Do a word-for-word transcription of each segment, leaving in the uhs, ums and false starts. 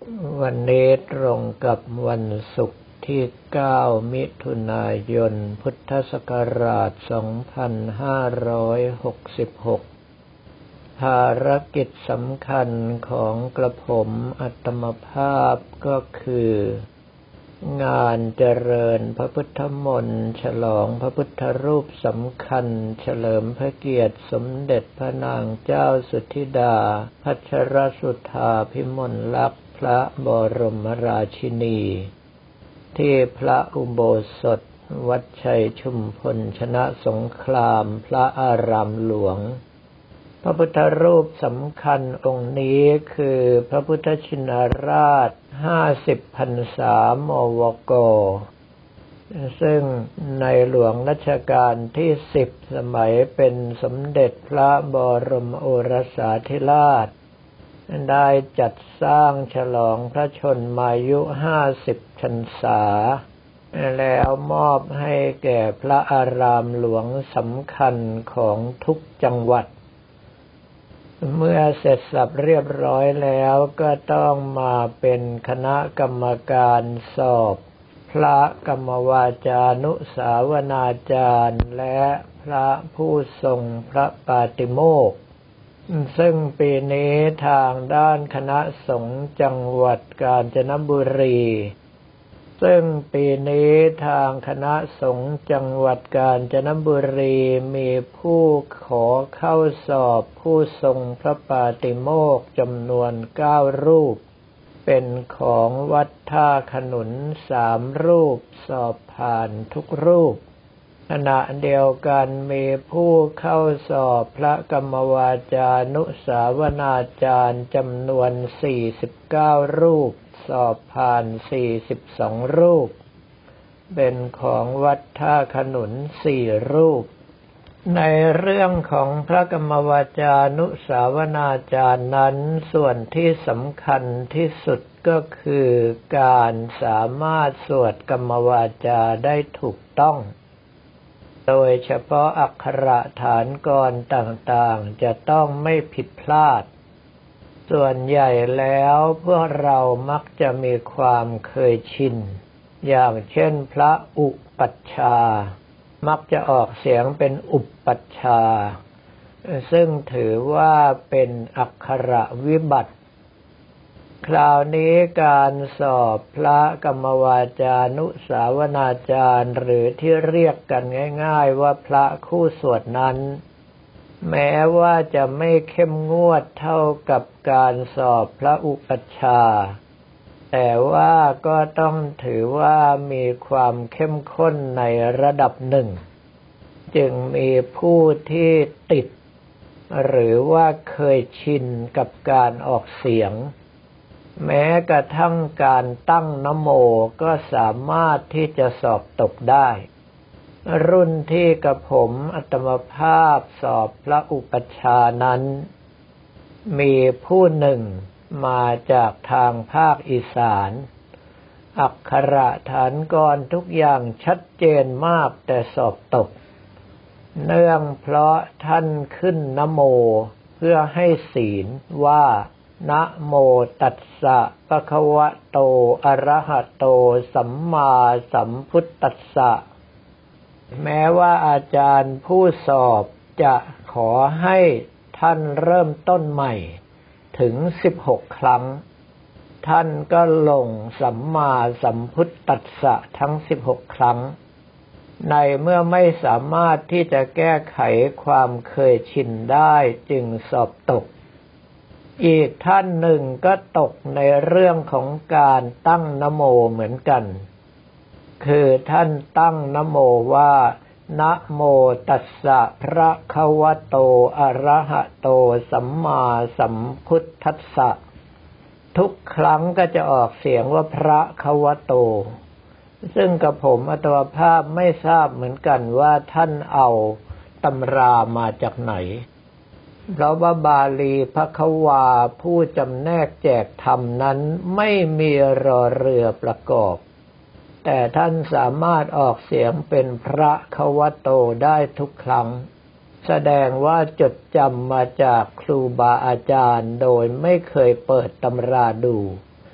วันนี้ตรงกับวันศุกร์ที่เก้ามิถุนายนพุทธศักราชสองพันห้าร้อยหกสิบหกภารกิจสำคัญของกระผมอัตมภาพก็คืองานเจริญพระพุทธมนต์ฉลองพระพุทธรูปสำคัญเฉลิมพระเกียรติสมเด็จพระนางเจ้าสุธิดาพัชรสุธาภิมลลักษณ์พระบรมราชินีที่พระอุโบสถวัดชัยชุมพลชนะสงครามพระอารามหลวงพระพุทธรูปสำคัญองค์นี้คือพระพุทธชินราชห้าสิบพรรษามวกซึ่งในหลวงรัชกาลที่สิบสมัยเป็นสมเด็จพระบรมโอรสาธิราชได้จัดสร้างฉลองพระชนมายุห้าสิบพรรษาแล้วมอบให้แก่พระอารามหลวงสำคัญของทุกจังหวัดเมื่อเสร็จสับเรียบร้อยแล้วก็ต้องมาเป็นคณะกรรมการสอบพระกรรมวาจานุสาวนาจารย์และพระผู้ทรงพระปาติโมกข์ซึ่งปีนี้ทางด้านคณะสงฆ์จังหวัดกาญจนบุรีซึ่งปีนี้ทางคณะสงฆ์จังหวัดกาญจนบุรีมีผู้ขอเข้าสอบผู้ทรงพระปาติโมกข์จำนวนเก้ารูปเป็นของวัดท่าขนุนสามรูปสอบผ่านทุกรูปขณะเดียวกันมีผู้เข้าสอบพระกรรมวาจานุสาวนาจารย์จำนวนสี่สิบเก้ารูปสอบผ่านสี่สิบสองรูปเป็นของวัดท่าขนุนสี่รูปในเรื่องของพระกรรมวาจานุสาวนาจารย์นั้นส่วนที่สำคัญที่สุดก็คือการสามารถสวดกรรมวาจาได้ถูกต้องโดยเฉพาะอักขระฐานกรต่างๆจะต้องไม่ผิดพลาดส่วนใหญ่แล้วพวกเรามักจะมีความเคยชินอย่างเช่นพระอุปัชฌาย์มักจะออกเสียงเป็นอุปปัชฌาย์ซึ่งถือว่าเป็นอักขระวิบัติคราวนี้การสอบพระกรรมวาจานุสาวนาจารย์หรือที่เรียกกันง่ายๆว่าพระคู่สวดนั้นแม้ว่าจะไม่เข้มงวดเท่ากับการสอบพระอุปัชฌาย์แต่ว่าก็ต้องถือว่ามีความเข้มข้นในระดับหนึ่งจึงมีผู้ที่ติดหรือว่าเคยชินกับการออกเสียงแม้กระทั่งการตั้งนะโมก็สามารถที่จะสอบตกได้รุ่นที่กระผมอัตมภาพสอบพระอุปัชฌาย์นั้นมีผู้หนึ่งมาจากทางภาคอีสานอักขระฐานกรทุกอย่างชัดเจนมากแต่สอบตกเนื่องเพราะท่านขึ้นนะโมเพื่อให้ศีลว่านะโมตัสสะภะคะวะโตอะระหะโตสัมมาสัมพุทธัสสะแม้ว่าอาจารย์ผู้สอบจะขอให้ท่านเริ่มต้นใหม่ถึงสิบหกครั้งท่านก็ลงสัมมาสัมพุทธัสสะทั้งสิบหกครั้งในเมื่อไม่สามารถที่จะแก้ไขความเคยชินได้จึงสอบตกอีกท่านหนึ่งก็ตกในเรื่องของการตั้งนะโมเหมือนกันคือท่านตั้งนะโมว่านะโมตัสสะภะคะวะโตอะระหะโตสัมมาสัมพุทธัสสะทุกครั้งก็จะออกเสียงว่าพระคะวะโตซึ่งกับผมอัตวภาพไม่ทราบเหมือนกันว่าท่านเอาตำรามาจากไหนเพราะว่าบาลีภควาผู้จำแนกแจกธรรมนั้นไม่มีรอเรือประกอบแต่ท่านสามารถออกเสียงเป็นพระคะวะโตได้ทุกครั้ง แสดงว่าจดจำมาจากครูบาอาจารย์โดยไม่เคยเปิดตำราดู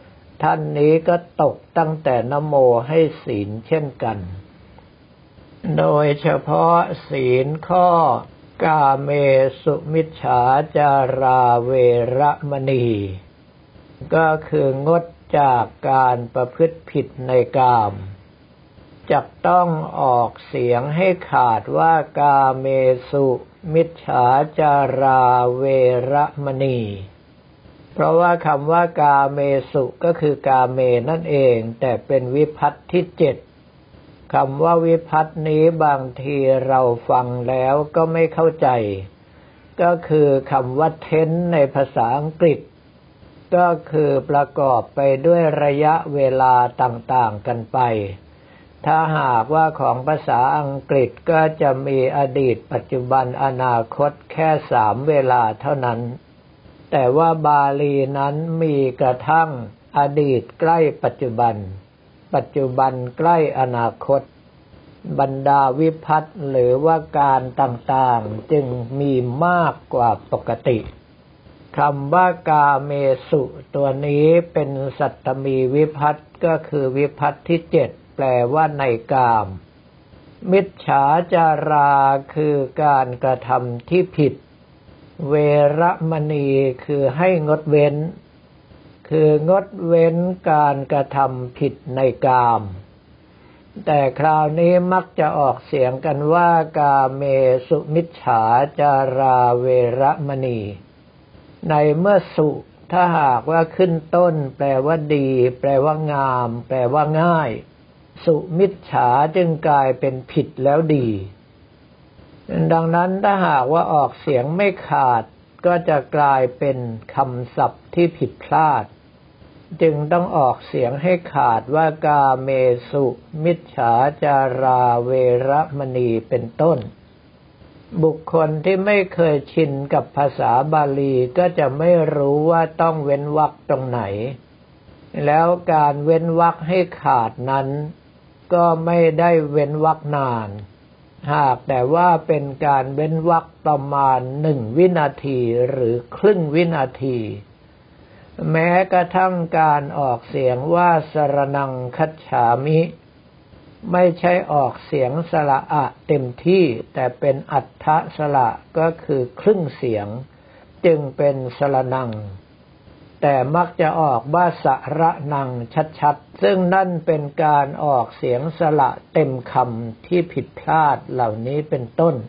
ท่านนี้ก็ตกตั้งแต่นะโมให้ศีลเช่นกันโดยเฉพาะศีลข้อกาเมสุมิจฉาจาราเวระมณีก็คืองดจากการประพฤติผิดในกามจักต้องออกเสียงให้ขาดว่ากาเมสุมิจฉาจาราเวระมณีเพราะว่าคำว่ากาเมสุก็คือกาเมนั่นเองแต่เป็นวิภัตที่เจ็ดคำว่าวิภัตนี้บางทีเราฟังแล้วก็ไม่เข้าใจก็คือคำว่าเทนในภาษาอังกฤษก็คือประกอบไปด้วยระยะเวลาต่างๆกันไปถ้าหากว่าของภาษาอังกฤษก็จะมีอดีตปัจจุบันอนาคตแค่สามเวลาเท่านั้นแต่ว่าบาลีนั้นมีกระทั่งอดีตใกล้ปัจจุบันปัจจุบันใกล้อนาคตบรรดาวิภัตหรือว่าการต่างๆจึงมีมากกว่าปกติคำว่ากาเมสุตัวนี้เป็นสัตตมีวิภัตก็คือวิภัตที่เจ็ดแปลว่าในกามมิจฉาจาราคือการกระทำที่ผิดเวระมณีคือให้งดเว้นคืองดเว้นการกระทำผิดในกามแต่คราวนี้มักจะออกเสียงกันว่ากาเมสุมิจฉาจาราเวระมณีในเมื่อสุถ้าหากว่าขึ้นต้นแปลว่าดีแปลว่างามแปลว่าง่ายสุมิจฉาจึงกลายเป็นผิดแล้วดีดังนั้นถ้าหากว่าออกเสียงไม่ขาดก็จะกลายเป็นคำศัพท์ที่ผิดพลาดจึงต้องออกเสียงให้ขาดว่ากาเมสุมิจฉาจาราเวระมณีเป็นต้นบุคคลที่ไม่เคยชินกับภาษาบาลีก็จะไม่รู้ว่าต้องเว้นวรรคตรงไหนแล้วการเว้นวรรคให้ขาดนั้นก็ไม่ได้เว้นวรรคนานหากแต่ว่าเป็นการเว้นวรรคประมาณหนึ่งวินาทีหรือครึ่งวินาทีแม้กระทั่งการออกเสียงว่าสรณังคัจฉามิไม่ใช่ออกเสียงสระอะเต็มที่แต่เป็นอัฏฐสระก็คือครึ่งเสียงจึงเป็นสรณังแต่มักจะออกว่าสระนังชัดๆซึ่งนั่นเป็นการออกเสียงสระเต็มคำที่ผิดพลาดเหล่านี้เป็นต้น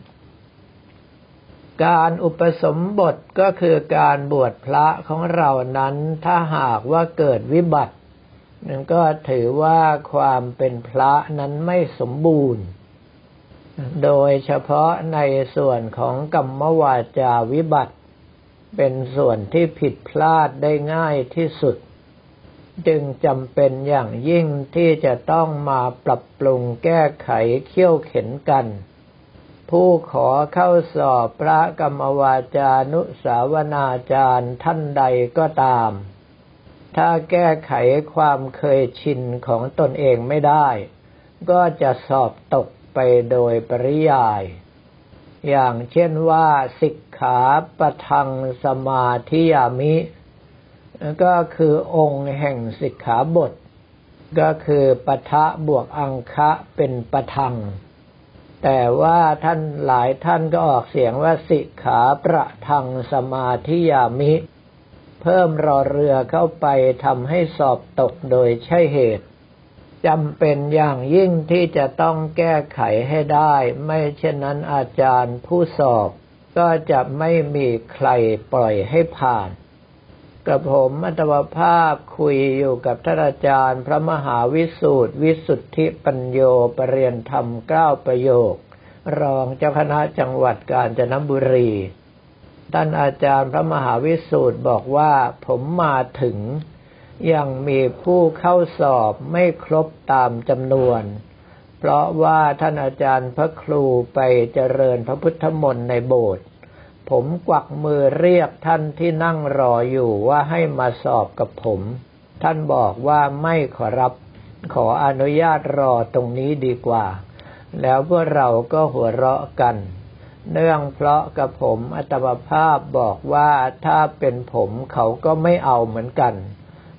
การอุปสมบทก็คือการบวชพระของเรานั้นถ้าหากว่าเกิดวิบัตินั่นก็ถือว่าความเป็นพระนั้นไม่สมบูรณ์โดยเฉพาะในส่วนของกัมมวาจาวิบัติเป็นส่วนที่ผิดพลาดได้ง่ายที่สุดจึงจำเป็นอย่างยิ่งที่จะต้องมาปรับปรุงแก้ไขเคี่ยวเข็นกันผู้ขอเข้าสอบพระกัมมวาจานุสาวนาจารย์ท่านใดก็ตามถ้าแก้ไขความเคยชินของตนเองไม่ได้ก็จะสอบตกไปโดยปริยายอย่างเช่นว่าสิกขาปะทังสมาธิยามิก็คือองค์แห่งสิกขาบทก็คือปะทะบวกอังคะเป็นปะทังแต่ว่าท่านหลายท่านก็ออกเสียงว่าสิกขาประทังสมาธิยามิเพิ่มรอเรือเข้าไปทำให้สอบตกโดยใช่เหตุจำเป็นอย่างยิ่งที่จะต้องแก้ไขให้ได้ไม่เช่นนั้นอาจารย์ผู้สอบก็จะไม่มีใครปล่อยให้ผ่านกับผมอัตวภาพคุยอยู่กับท่านอาจารย์พระมหาวิสูตรวิสุทธิปัญโยปรริยนธรรมเก้าประโยครองเจ้าคณะจังหวัดกาญจนบุรีท่านอาจารย์พระมหาวิสูตรบอกว่าผมมาถึงยังมีผู้เข้าสอบไม่ครบตามจำนวนเพราะว่าท่านอาจารย์พระครูไปเจริญพระพุทธมนต์ในโบสถ์ผมกวักมือเรียกท่านที่นั่งรออยู่ว่าให้มาสอบกับผมท่านบอกว่าไม่ขอรับขออนุญาตรอตรงนี้ดีกว่าแล้วพวกเราก็หัวเราะกันเนื่องเพราะกับผมอัตมภาพบอกว่าถ้าเป็นผมเขาก็ไม่เอาเหมือนกัน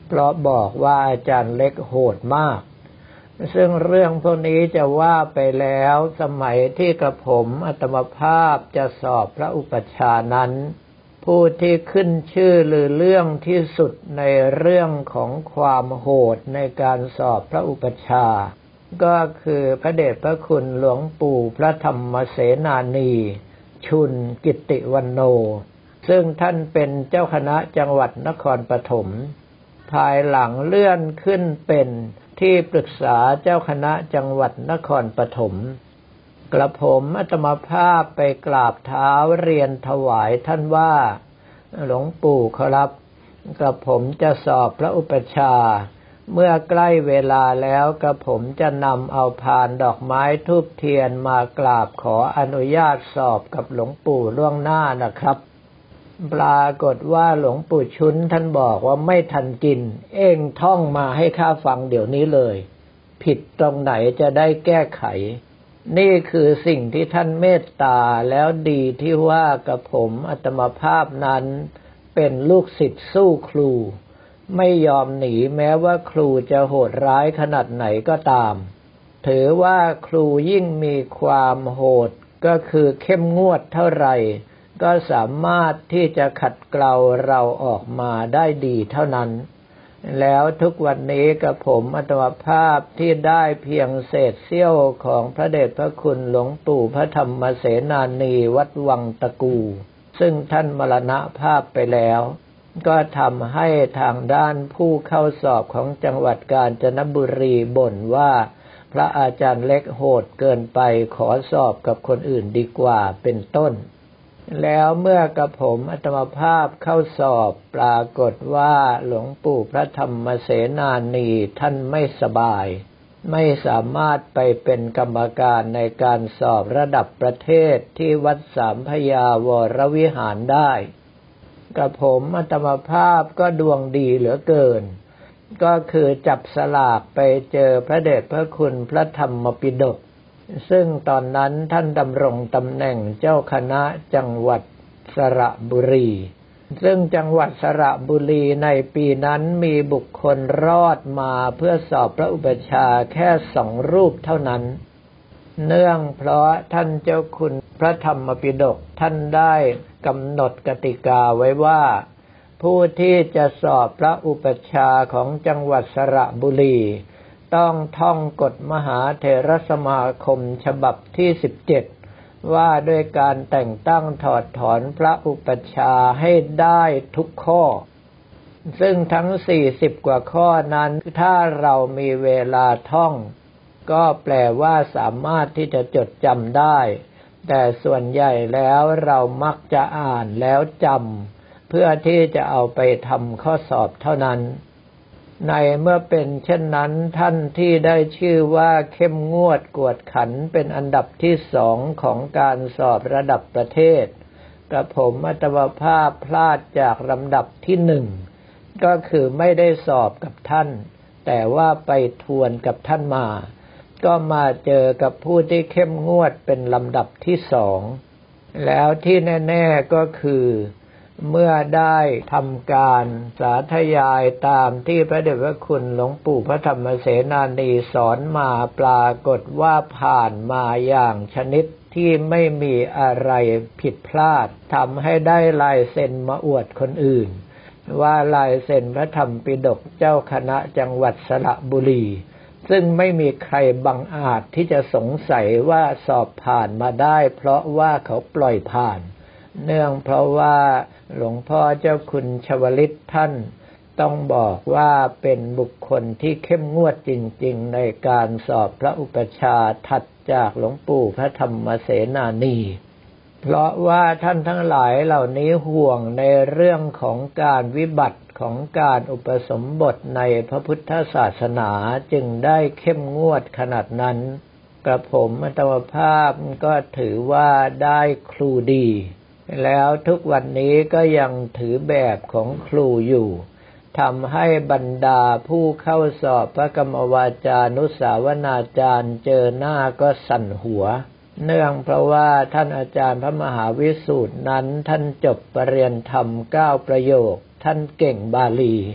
เพราะบอกว่าอาจารย์เล็กโหดมากซึ่งเรื่องพวกนี้จะว่าไปแล้วสมัยที่กระผมอาตมภาพจะสอบพระอุปัชฌาย์นั้นผู้ที่ขึ้นชื่อลือเรื่องที่สุดในเรื่องของความโหดในการสอบพระอุปัชฌาย์ก็คือพระเดชพระคุณหลวงปู่พระธรรมเสนานีชุนกิตติวันโนซึ่งท่านเป็นเจ้าคณะจังหวัดนครปฐมภายหลังเลื่อนขึ้นเป็นที่ปรึกษาเจ้าคณะจังหวัดนครปฐมกระผมอาตมาภาพไปกราบเท้าเรียนถวายท่านว่าหลวงปู่ครับกระผมจะสอบพระอุปัชฌาย์เมื่อใกล้เวลาแล้วกระผมจะนำเอาพานดอกไม้ธูปเทียนมากราบขออนุญาตสอบกับหลวงปู่ล่วงหน้านะครับปรากฏว่าหลวงปู่ชุนท่านบอกว่าไม่ทันกินเอ็งท่องมาให้ข้าฟังเดี๋ยวนี้เลยผิดตรงไหนจะได้แก้ไขนี่คือสิ่งที่ท่านเมตตาแล้วดีที่ว่ากับผมอาตมาภาพนั้นเป็นลูกศิษย์สู้ครูไม่ยอมหนีแม้ว่าครูจะโหดร้ายขนาดไหนก็ตามถือว่าครูยิ่งมีความโหดก็คือเข้มงวดเท่าไหร่ก็สามารถที่จะขัดเกลาเราออกมาได้ดีเท่านั้นแล้วทุกวันนี้กับผมอาตมาภาพที่ได้เพียงเศษเสี้ยวของพระเดชพระคุณหลวงปู่พระธรรมเสนานีวัดวังตะกูซึ่งท่านมรณภาพไปแล้วก็ทำให้ทางด้านผู้เข้าสอบของจังหวัดกาญจนบุรีบ่นว่าพระอาจารย์เล็กโหดเกินไปขอสอบกับคนอื่นดีกว่าเป็นต้นแล้วเมื่อกระผมอาตมาภาพเข้าสอบปรากฏว่าหลวงปู่พระธรรมเสนานีท่านไม่สบายไม่สามารถไปเป็นกรรมการในการสอบระดับประเทศที่วัดสามพระยาวรวิหารได้กระผมอาตมาภาพก็ดวงดีเหลือเกินก็คือจับสลากไปเจอพระเดชพระคุณพระธรรมปิฎกซึ่งตอนนั้นท่านดำรงตำแหน่งเจ้าคณะจังหวัดสระบุรีซึ่งจังหวัดสระบุรีในปีนั้นมีบุคคลรอดมาเพื่อสอบพระอุปัชฌาย์แค่สองรูปเท่านั้นเนื่องเพราะท่านเจ้าคุณพระธรรมปิฎกท่านได้กำหนดกติกาไว้ว่าผู้ที่จะสอบพระอุปัชฌาย์ของจังหวัดสระบุรีต้องท่องกฎมหาเถรสมาคมฉบับที่สิบเจ็ดว่าด้วยการแต่งตั้งถอดถอนพระอุปัชฌาย์ให้ได้ทุกข้อซึ่งทั้งสี่สิบกว่าข้อนั้นถ้าเรามีเวลาท่องก็แปลว่าสามารถที่จะจดจำได้แต่ส่วนใหญ่แล้วเรามักจะอ่านแล้วจำเพื่อที่จะเอาไปทำข้อสอบเท่านั้นในเมื่อเป็นเช่นนั้นท่านที่ได้ชื่อว่าเข้มงวดกวดขันเป็นอันดับที่สองของการสอบระดับประเทศกับผมอาตมาภาพพลาดจากลำดับที่หนึ่งก็คือไม่ได้สอบกับท่านแต่ว่าไปทวนกับท่านมาก็มาเจอกับผู้ที่เข้มงวดเป็นลำดับที่สองแล้วที่แน่ๆก็คือเมื่อได้ทำการสาธยายตามที่พระเดชพระคุณหลวงปู่พระธรรมเสนานีสอนมาปรากฏว่าผ่านมาอย่างชนิดที่ไม่มีอะไรผิดพลาดทำให้ได้ลายเซ็นมาอวดคนอื่นว่าลายเซ็นพระธรรมปิฎกเจ้าคณะจังหวัดสระบุรีซึ่งไม่มีใครบังอาจที่จะสงสัยว่าสอบผ่านมาได้เพราะว่าเขาปล่อยผ่านเนื่องเพราะว่าหลวงพ่อเจ้าคุณชวลิตท่านต้องบอกว่าเป็นบุคคลที่เข้มงวดจริงๆในการสอบพระอุปัชฌาย์ถัดจากหลวงปู่พระธรรมเสนานีเพราะว่าท่านทั้งหลายเหล่านี้ห่วงในเรื่องของการวิบัติของการอุปสมบทในพระพุทธศาสนาจึงได้เข้มงวดขนาดนั้นกระผมอัตมภาพก็ถือว่าได้ครูดีแล้วทุกวันนี้ก็ยังถือแบบของครูอยู่ทำให้บรรดาผู้เข้าสอบพระกรรมวาจานุสาวนาจารย์เจอหน้าก็สั่นหัวเนื่องเพราะว่าท่านอาจารย์พระมหาวิสูตรนั้นท่านจบปริญญาธรรมเก้าประโยคท่านเก่งบาลี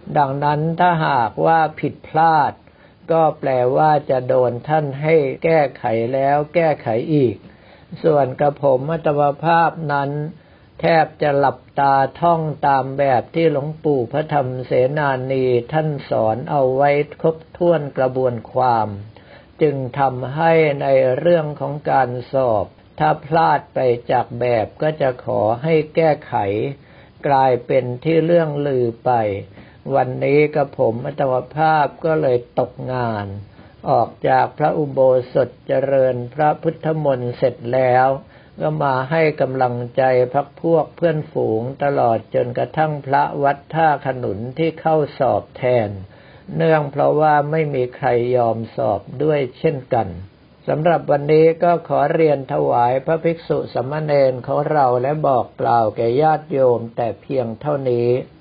ดังนั้นถ้าหากว่าผิดพลาดก็แปลว่าจะโดนท่านให้แก้ไขแล้วแก้ไขอีกส่วนกระผมอัตมภาพนั้นแทบจะหลับตาท่องตามแบบที่หลวงปู่พระธรรมเสนานีท่านสอนเอาไว้ครบถ้วนกระบวนความจึงทำให้ในเรื่องของการสอบถ้าพลาดไปจากแบบก็จะขอให้แก้ไขกลายเป็นที่เรื่องลือไปวันนี้กระผมอัตมภาพก็เลยตกงานออกจากพระอุโบสถเจริญพระพุทธมนต์เสร็จแล้วก็มาให้กำลังใจพักพวกเพื่อนฝูงตลอดจนกระทั่งพระวัดท่าขนุนที่เข้าสอบแทนเนื่องเพราะว่าไม่มีใครยอมสอบด้วยเช่นกันสำหรับวันนี้ก็ขอเรียนถวายพระภิกษุสามเณรของเราและบอกกล่าวแก่ญาติโยมแต่เพียงเท่านี้